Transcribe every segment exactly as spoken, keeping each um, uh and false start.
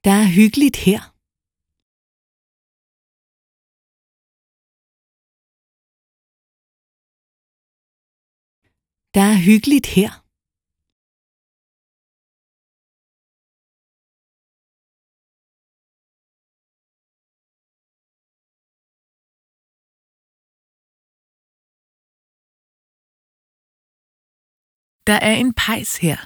Der er hyggeligt her. Der er hyggeligt her. Der er en pejs her.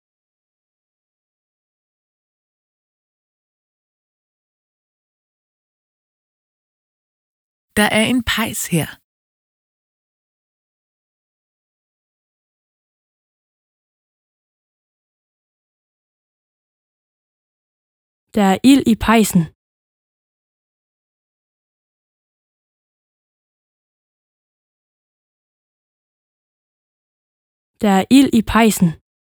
Der er en pejs her. Der er ild i pejsen. Der er ild i pejsen.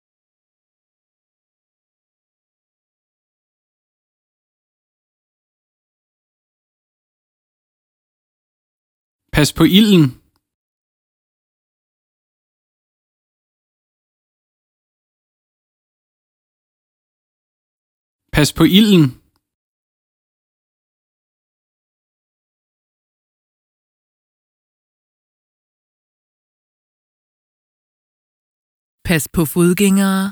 Pas på ilden. Pas på ilden. Pas på fodgængere.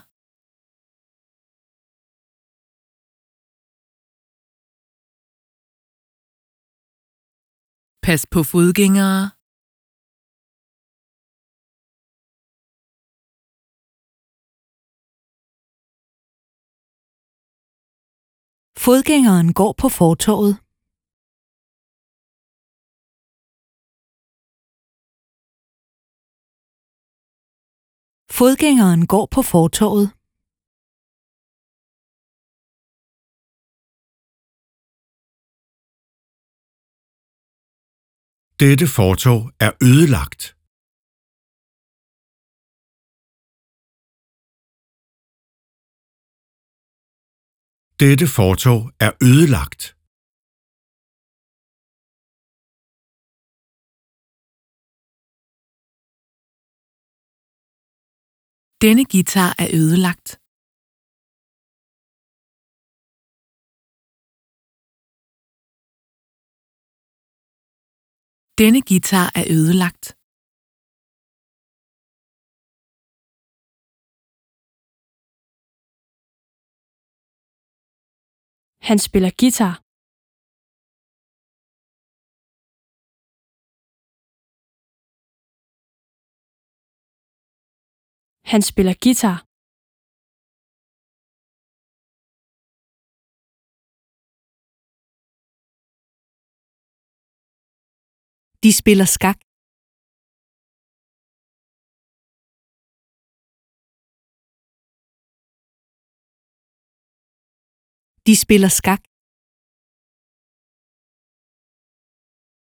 Pas på fodgængere. Fodgængeren går på fortovet. Fodgængeren går på fortovet. Dette fortov er ødelagt. Dette fortov er ødelagt. Denne guitar er ødelagt. Denne guitar er ødelagt. Han spiller guitar. Han spiller guitar. De spiller skak. De spiller skak.